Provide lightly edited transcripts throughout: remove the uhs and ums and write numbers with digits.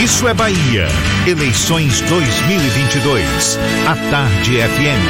Isso é Bahia. Eleições 2022. A Tarde FM.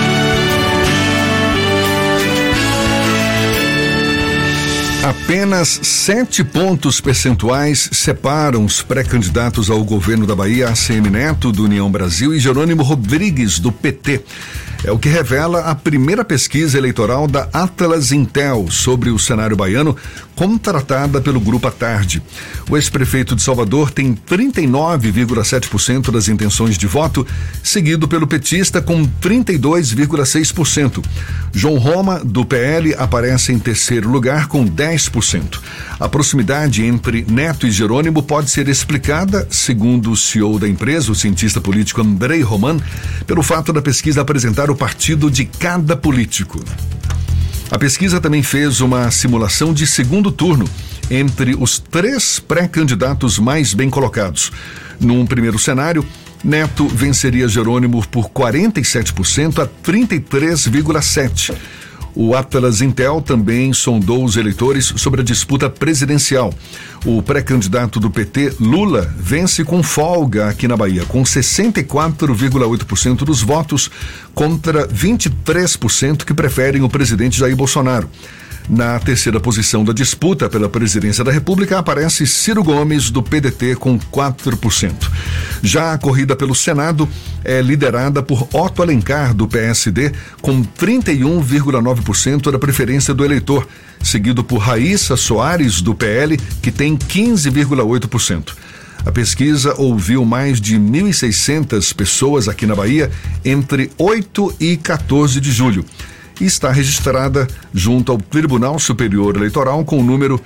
Apenas 7 pontos percentuais separam os pré-candidatos ao governo da Bahia, ACM Neto, do União Brasil, e Jerônimo Rodrigues, do PT. É o que revela a primeira pesquisa eleitoral da Atlas Intel sobre o cenário baiano, contratada pelo Grupo à Tarde. O ex-prefeito de Salvador tem 39,7% das intenções de voto, seguido pelo petista com 32,6%. João Roma, do PL, aparece em terceiro lugar com 10%. A proximidade entre Neto e Jerônimo pode ser explicada, segundo o CEO da empresa, o cientista político Andrei Roman, pelo fato da pesquisa apresentar o partido de cada político. A pesquisa também fez uma simulação de segundo turno entre os 3 pré-candidatos mais bem colocados. Num primeiro cenário, Neto venceria Jerônimo por 47% a 33,7%. O Atlas Intel também sondou os eleitores sobre a disputa presidencial. O pré-candidato do PT, Lula, vence com folga aqui na Bahia, com 64,8% dos votos contra 23% que preferem o presidente Jair Bolsonaro. Na terceira posição da disputa pela presidência da República aparece Ciro Gomes, do PDT, com 4%. Já a corrida pelo Senado é liderada por Otto Alencar, do PSD, com 31,9% da preferência do eleitor, seguido por Raíssa Soares, do PL, que tem 15,8%. A pesquisa ouviu mais de 1.600 pessoas aqui na Bahia entre 8 e 14 de julho. E está registrada junto ao Tribunal Superior Eleitoral com o número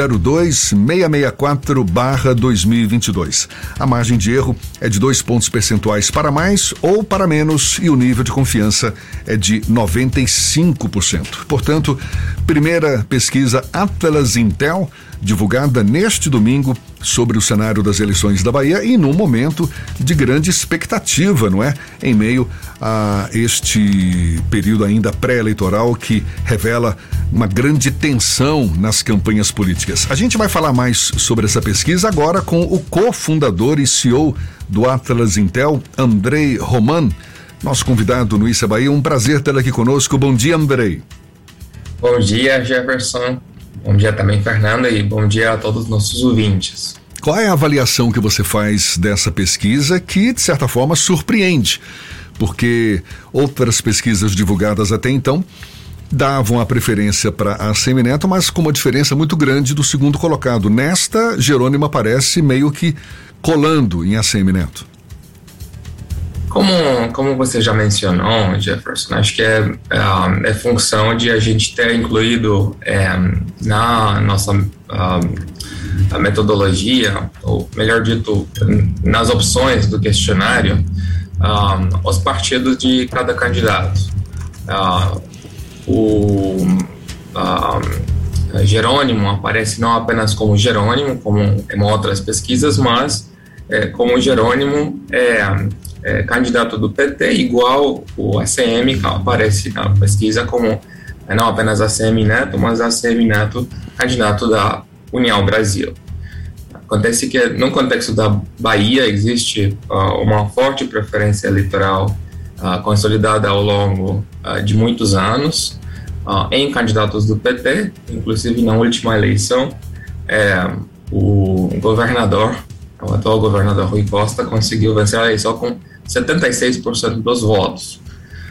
02664/2022. A margem de erro é de 2 pontos percentuais para mais ou para menos e o nível de confiança é de 95%. Portanto, primeira pesquisa Atlas Intel, divulgada neste domingo sobre o cenário das eleições da Bahia e num momento de grande expectativa, não é? Em meio a este período ainda pré-eleitoral que revela uma grande tensão nas campanhas políticas. A gente vai falar mais sobre essa pesquisa agora com o cofundador e CEO do Atlas Intel, Andrei Roman, nosso convidado no Isso é Bahia. Um prazer tê-lo aqui conosco. Bom dia, Andrei. Bom dia, Jefferson. Bom dia também, Fernanda, e bom dia a todos os nossos ouvintes. Qual é a avaliação que você faz dessa pesquisa que, de certa forma, surpreende? Porque outras pesquisas divulgadas até então davam a preferência para a ACM Neto, mas com uma diferença muito grande do segundo colocado. Nesta, Jerônimo aparece meio que colando em ACM Neto. Como você já mencionou, Jefferson, acho que é função de a gente ter incluído na nossa a metodologia, ou melhor dito, nas opções do questionário, os partidos de cada candidato. O Jerônimo aparece não apenas como Jerônimo, como em outras pesquisas, mas como Jerônimo candidato do PT, igual o ACM, que aparece na pesquisa como não apenas ACM Neto, mas ACM Neto, candidato da União Brasil. Acontece que no contexto da Bahia existe uma forte preferência eleitoral consolidada ao longo de muitos anos em candidatos do PT, inclusive na última eleição, o atual governador Rui Costa conseguiu vencer a eleição com 76% dos votos.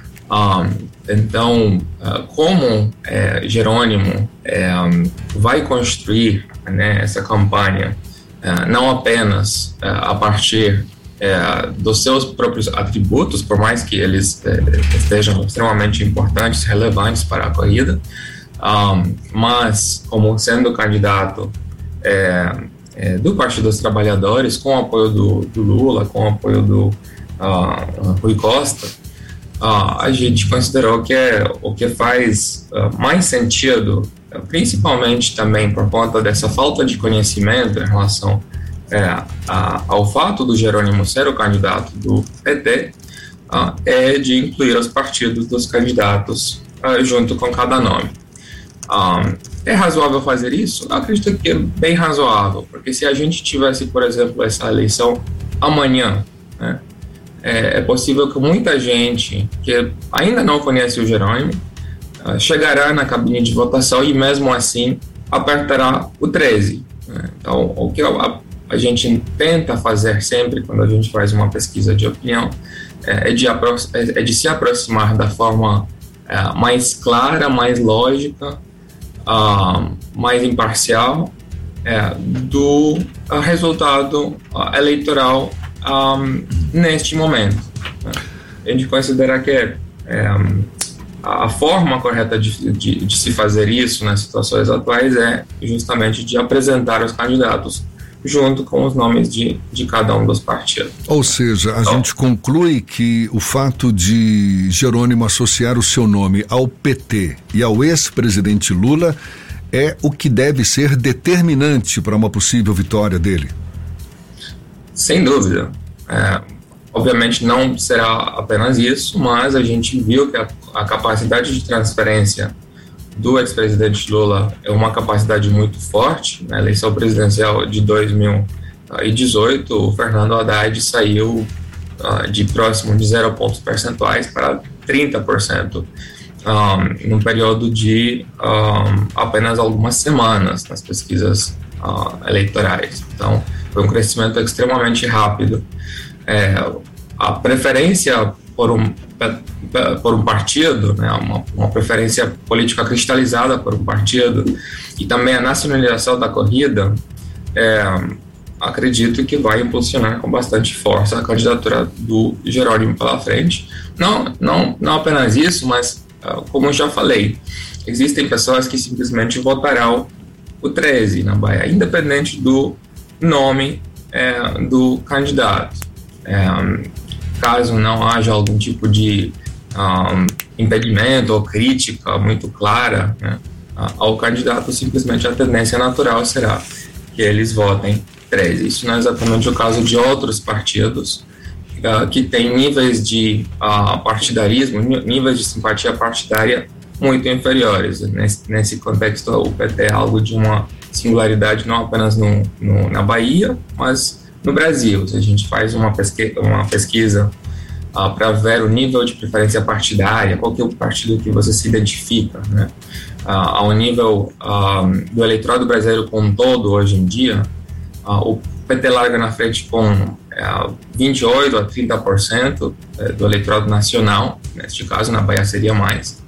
Então, como Jerônimo vai construir, né, essa campanha não apenas a partir dos seus próprios atributos, por mais que eles estejam extremamente importantes, relevantes para a corrida, mas como sendo candidato do Partido dos Trabalhadores, com o apoio do Lula, com o apoio do Rui Costa, a gente considerou que o que faz mais sentido, principalmente também por conta dessa falta de conhecimento em relação ao fato do Jerônimo ser o candidato do PT, é de incluir os partidos dos candidatos junto com cada nome. É razoável fazer isso? Eu acredito que é bem razoável, porque se a gente tivesse, por exemplo, essa eleição amanhã, né, é possível que muita gente que ainda não conhece o Jerônimo chegará na cabine de votação e mesmo assim apertará o 13. Né? Então, o que a gente tenta fazer sempre quando a gente faz uma pesquisa de opinião é de se aproximar da forma mais clara, mais lógica, mais imparcial do resultado eleitoral neste momento. A gente considera que a forma correta de se fazer isso nas situações atuais é justamente de apresentar os candidatos junto com os nomes de cada um dos partidos. Ou seja, a gente conclui que o fato de Jerônimo associar o seu nome ao PT e ao ex-presidente Lula é o que deve ser determinante para uma possível vitória dele. Sem dúvida. Obviamente não será apenas isso, mas a gente viu que a capacidade de transferência do ex-presidente Lula é uma capacidade muito forte. Na eleição presidencial de 2018, o Fernando Haddad saiu de próximo de 0 pontos percentuais para 30%, num período de apenas algumas semanas nas pesquisas eleitorais. Então, foi um crescimento extremamente rápido. A preferência por um partido, né, uma preferência política cristalizada por um partido, e também a nacionalização da corrida, acredito que vai impulsionar com bastante força a candidatura do Jerônimo pela frente. Não apenas isso, mas, como eu já falei, existem pessoas que simplesmente votarão o 13 na Bahia, independente do nome do candidato. Caso não haja algum tipo de impedimento ou crítica muito clara, né, ao candidato, simplesmente a tendência natural será que eles votem 13. Isso não é exatamente o caso de outros partidos que têm níveis de partidarismo, níveis de simpatia partidária muito inferiores. Nesse contexto, o PT é algo de uma singularidade não apenas na Bahia, mas no Brasil. Se a gente faz uma pesquisa para ver o nível de preferência partidária, qual que é o partido que você se identifica, né? Ao nível do eleitorado brasileiro como um todo, hoje em dia, o PT larga na frente com 28% a 30% do eleitorado nacional. Neste caso, na Bahia seria mais.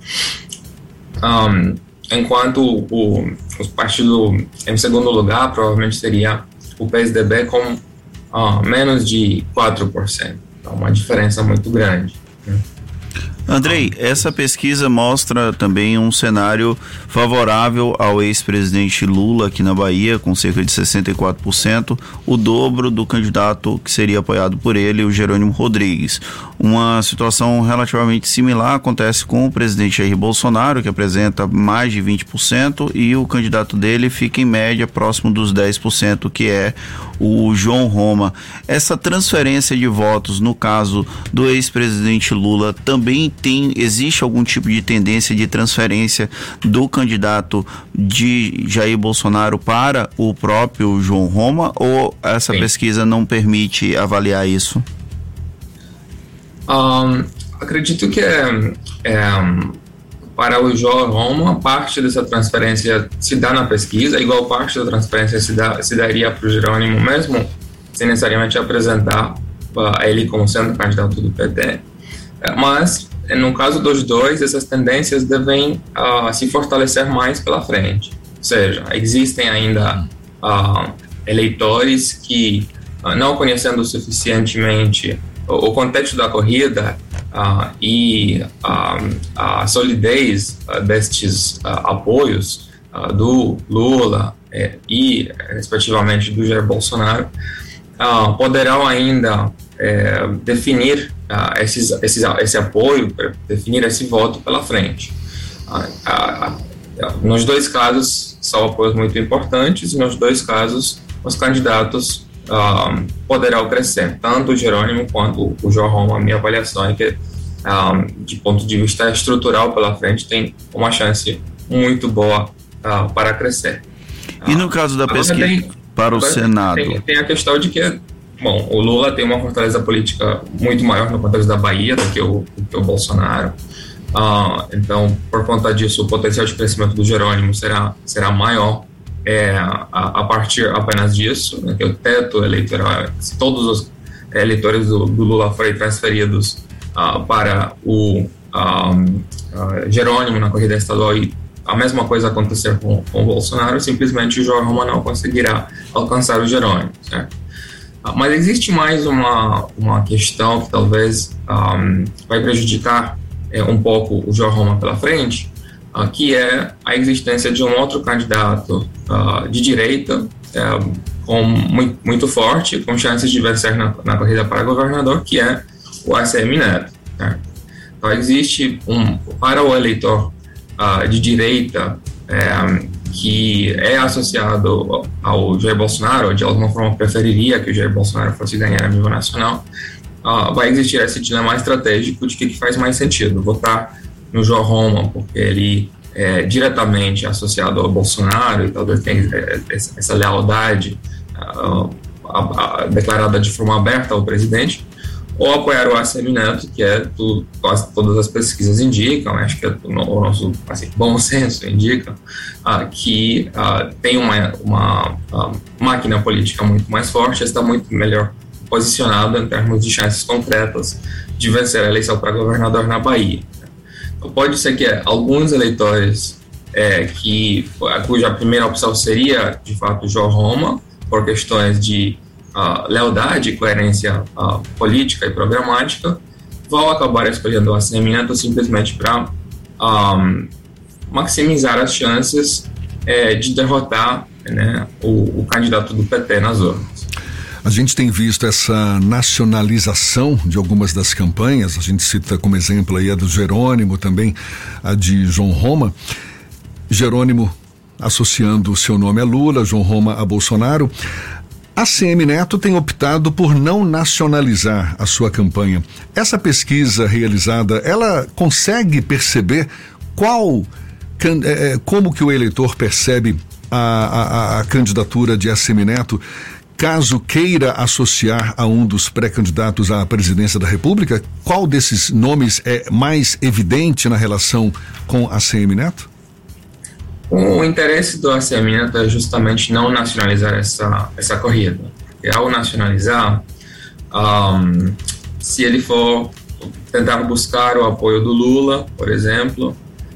Enquanto o partido em segundo lugar provavelmente seria o PSDB com menos de 4%. Então, uma diferença muito grande. Andrei, essa pesquisa mostra também um cenário favorável ao ex-presidente Lula aqui na Bahia, com cerca de 64%, o dobro do candidato que seria apoiado por ele, o Jerônimo Rodrigues. Uma situação relativamente similar acontece com o presidente Jair Bolsonaro, que apresenta mais de 20%, e o candidato dele fica em média próximo dos 10%, que é o João Roma. Essa transferência de votos, no caso do ex-presidente Lula, também existe algum tipo de tendência de transferência do candidato de Jair Bolsonaro para o próprio João Roma, ou essa pesquisa não permite avaliar isso? Acredito que para o João Roma, parte dessa transferência se dá na pesquisa, igual parte da transferência se daria para o Jerônimo, mesmo sem necessariamente apresentar ele como sendo candidato do PT. Mas, no caso dos dois, essas tendências devem se fortalecer mais pela frente. Ou seja, existem ainda eleitores que, não conhecendo suficientemente o contexto da corrida e a solidez destes apoios do Lula e, respectivamente, do Jair Bolsonaro, poderão ainda definir esse apoio, definir esse voto pela frente. Nos dois casos, são apoios muito importantes, e nos dois casos, os candidatos poderão crescer, tanto o Jerônimo quanto o João Roma. A minha avaliação é que, de ponto de vista estrutural pela frente, tem uma chance muito boa para crescer. E no caso da pesquisa para o Senado? Tem a questão de que, bom, o Lula tem uma fortaleza política muito maior no contexto da Bahia do que o Bolsonaro. Então, por conta disso, o potencial de crescimento do Jerônimo será maior a partir apenas disso, né, que o teto eleitoral, se todos os eleitores do Lula forem transferidos para o Jerônimo na corrida estadual e a mesma coisa acontecer com o Bolsonaro, simplesmente o João Roma não conseguirá alcançar o Jerônimo, certo? Mas existe mais uma questão que talvez vai prejudicar um pouco o João Roma pela frente, que é a existência de um outro candidato de direita muito forte, com chances de vencer na corrida para governador, que é o ACM Neto, certo? Então existe para o eleitor de direita que é associado ao Jair Bolsonaro, ou de alguma forma preferiria que o Jair Bolsonaro fosse ganhar a nível nacional, vai existir esse dilema estratégico de que faz mais sentido votar no João Roma, porque ele é diretamente associado ao Bolsonaro e talvez tenha essa lealdade declarada de forma aberta ao presidente, ou apoiar o ACM Neto, que quase todas as pesquisas indicam, acho que o nosso bom senso indica, que tem uma máquina política muito mais forte, está muito melhor posicionado em termos de chances concretas de vencer a eleição para governador na Bahia. Então, pode ser que alguns eleitores cuja primeira opção seria, de fato, João Roma, por questões de lealdade e coerência política e programática, vão acabar escolhendo o ACM Neto simplesmente para maximizar as chances de derrotar, né, o candidato do PT nas urnas. A gente tem visto essa nacionalização de algumas das campanhas, a gente cita como exemplo aí a do Jerônimo, também a de João Roma. Jerônimo associando o seu nome a Lula, João Roma a Bolsonaro. A ACM Neto tem optado por não nacionalizar a sua campanha. Essa pesquisa realizada, ela consegue perceber como que o eleitor percebe a candidatura de ACM Neto, caso queira associar a um dos pré-candidatos à presidência da República? Qual desses nomes é mais evidente na relação com a ACM Neto? O interesse do ACM Neto é justamente não nacionalizar essa corrida. E ao nacionalizar, se ele for tentar buscar o apoio do Lula, por exemplo,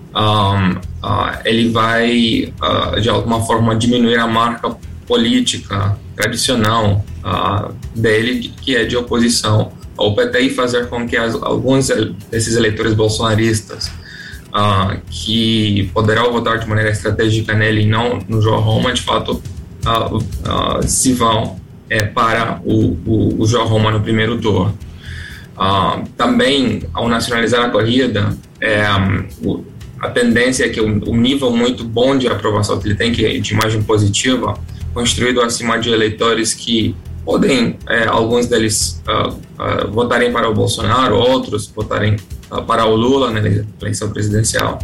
ele vai, de alguma forma, diminuir a marca política tradicional dele, que é de oposição ao PT, e fazer com que alguns desses eleitores bolsonaristas que poderão votar de maneira estratégica nele e não no João Roma, de fato, se vão para o João Roma no primeiro turno. Também, ao nacionalizar a corrida, a tendência é que o nível muito bom de aprovação que ele tem, que é de imagem positiva, construído acima de eleitores que podem, alguns deles votarem para o Bolsonaro, outros votarem para o Lula na eleição presidencial,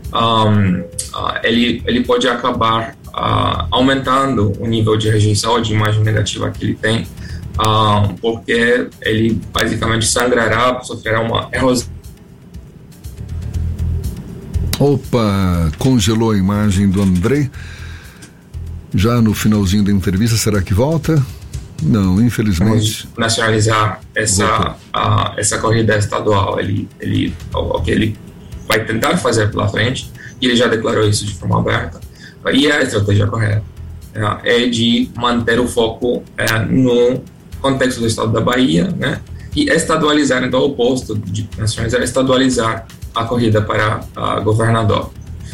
ele pode acabar aumentando o nível de rejeição ou de imagem negativa que ele tem, porque ele basicamente sangrará, sofrerá uma erosão. Opa, congelou a imagem do André. Já no finalzinho da entrevista, será que volta? Não, infelizmente. Vamos nacionalizar essa corrida estadual. O que ele vai tentar fazer pela frente, e ele já declarou isso de forma aberta, e a estratégia correta é de manter o foco no contexto do estado da Bahia, né, e estadualizar, então, o oposto de nacionalizar, estadualizar a corrida para governador.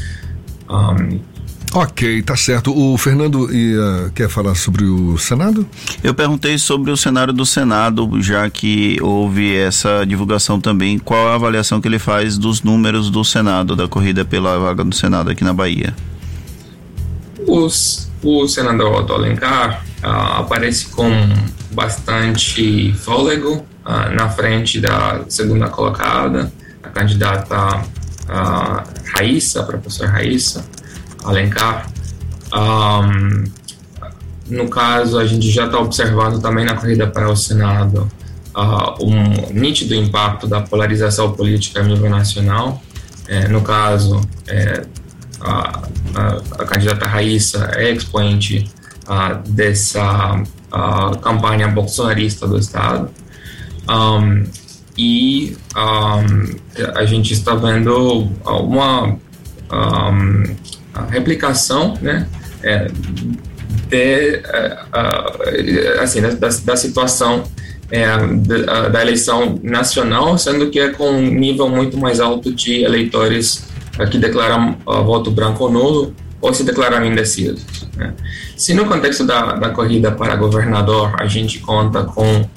Ok, tá certo. O Fernando quer falar sobre o Senado? Eu perguntei sobre o cenário do Senado, já que houve essa divulgação também. Qual a avaliação que ele faz dos números do Senado, da corrida pela vaga do Senado aqui na Bahia? O senador Otto Alencar aparece com bastante fôlego na frente da segunda colocada, a candidata Raíssa, a professora Raíssa. Alencar. No caso, a gente já está observando também na corrida para o Senado um nítido impacto da polarização política a nível nacional. No caso, a candidata Raíssa é expoente dessa campanha bolsonarista do Estado. E a gente está vendo uma replicação, né, da situação da eleição nacional, sendo que é com um nível muito mais alto de eleitores que declaram voto branco ou nulo ou se declaram indecisos, né? Se no contexto da corrida para governador a gente conta com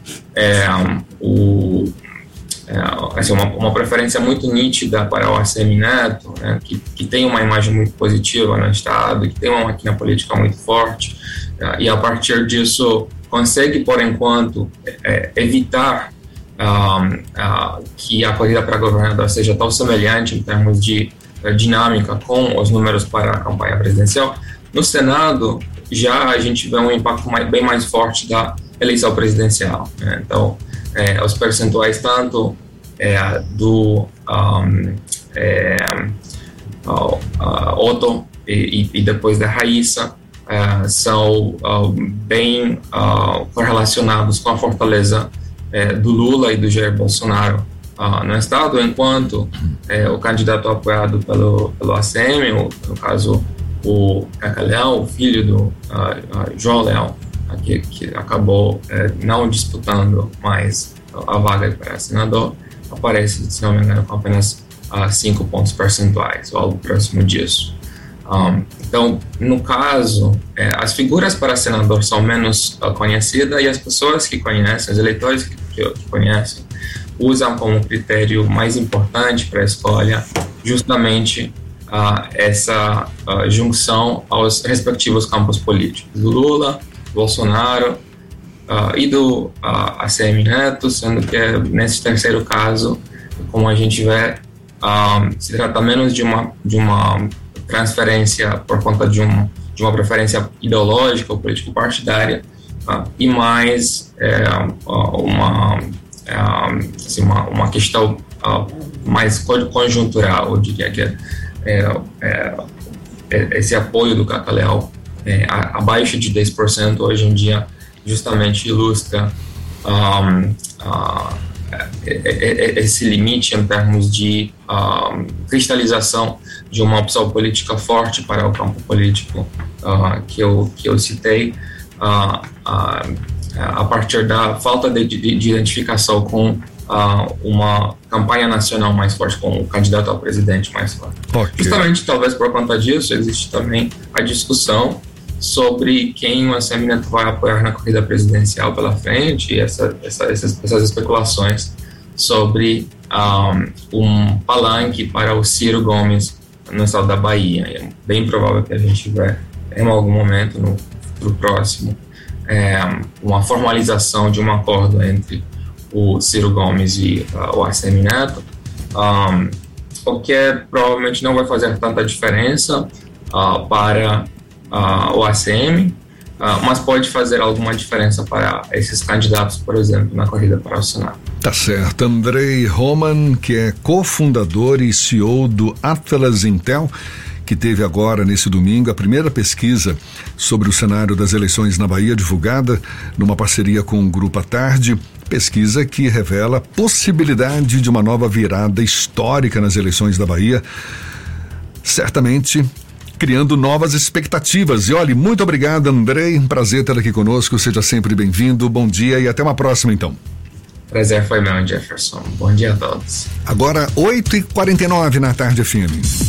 uma preferência muito nítida para o ACM Neto, né, que tem uma imagem muito positiva no Estado, que tem uma máquina política muito forte, e a partir disso consegue, por enquanto, evitar que a corrida para governador seja tão semelhante em termos de dinâmica com os números para a campanha presidencial. No Senado, já a gente vê um impacto bem mais forte da eleição presidencial, né? Então, os percentuais tanto do Otto e depois da Raíssa são bem correlacionados com a fortaleza do Lula e do Jair Bolsonaro no Estado, enquanto o candidato apoiado pelo ACM, no caso o Cacá Leão, o filho do João Leão, que acabou não disputando mais a vaga para senador, aparece, se não me engano, com apenas 5 pontos percentuais, ou algo próximo disso. Então, no caso, as figuras para senador são menos conhecidas, e as pessoas que conhecem, os eleitores que conhecem, usam como critério mais importante para a escolha justamente essa junção aos respectivos campos políticos, do Lula, Bolsonaro e do ACM Neto, sendo que nesse terceiro caso, como a gente vê, se trata menos de uma transferência por conta de uma preferência ideológica ou político-partidária, e mais uma questão mais conjuntural. Eu diria que esse apoio do Cacá Leão abaixo de 10% hoje em dia justamente ilustra esse limite em termos de cristalização de uma opção política forte para o campo político que eu citei, a partir da falta de identificação com uma campanha nacional mais forte, com o candidato ao presidente mais forte. Okay. Justamente, talvez por conta disso, existe também a discussão sobre quem o ACM Neto vai apoiar na corrida presidencial pela frente, e essas especulações sobre um palanque para o Ciro Gomes no estado da Bahia. É bem provável que a gente vê em algum momento no futuro próximo uma formalização de um acordo entre o Ciro Gomes e o ACM Neto, o que provavelmente não vai fazer tanta diferença para o ACM, mas pode fazer alguma diferença para esses candidatos, por exemplo, na corrida para o Senado. Tá certo. Andrei Roman, que é cofundador e CEO do Atlas Intel, que teve agora, nesse domingo, a primeira pesquisa sobre o cenário das eleições na Bahia, divulgada numa parceria com o Grupo à Tarde, pesquisa que revela a possibilidade de uma nova virada histórica nas eleições da Bahia, certamente criando novas expectativas. E olha, muito obrigado, Andrei, prazer ter aqui conosco, seja sempre bem-vindo, bom dia e até uma próxima, então. Prazer foi meu, Jefferson. Bom dia a todos. Agora, 8h49 na Tarde FM.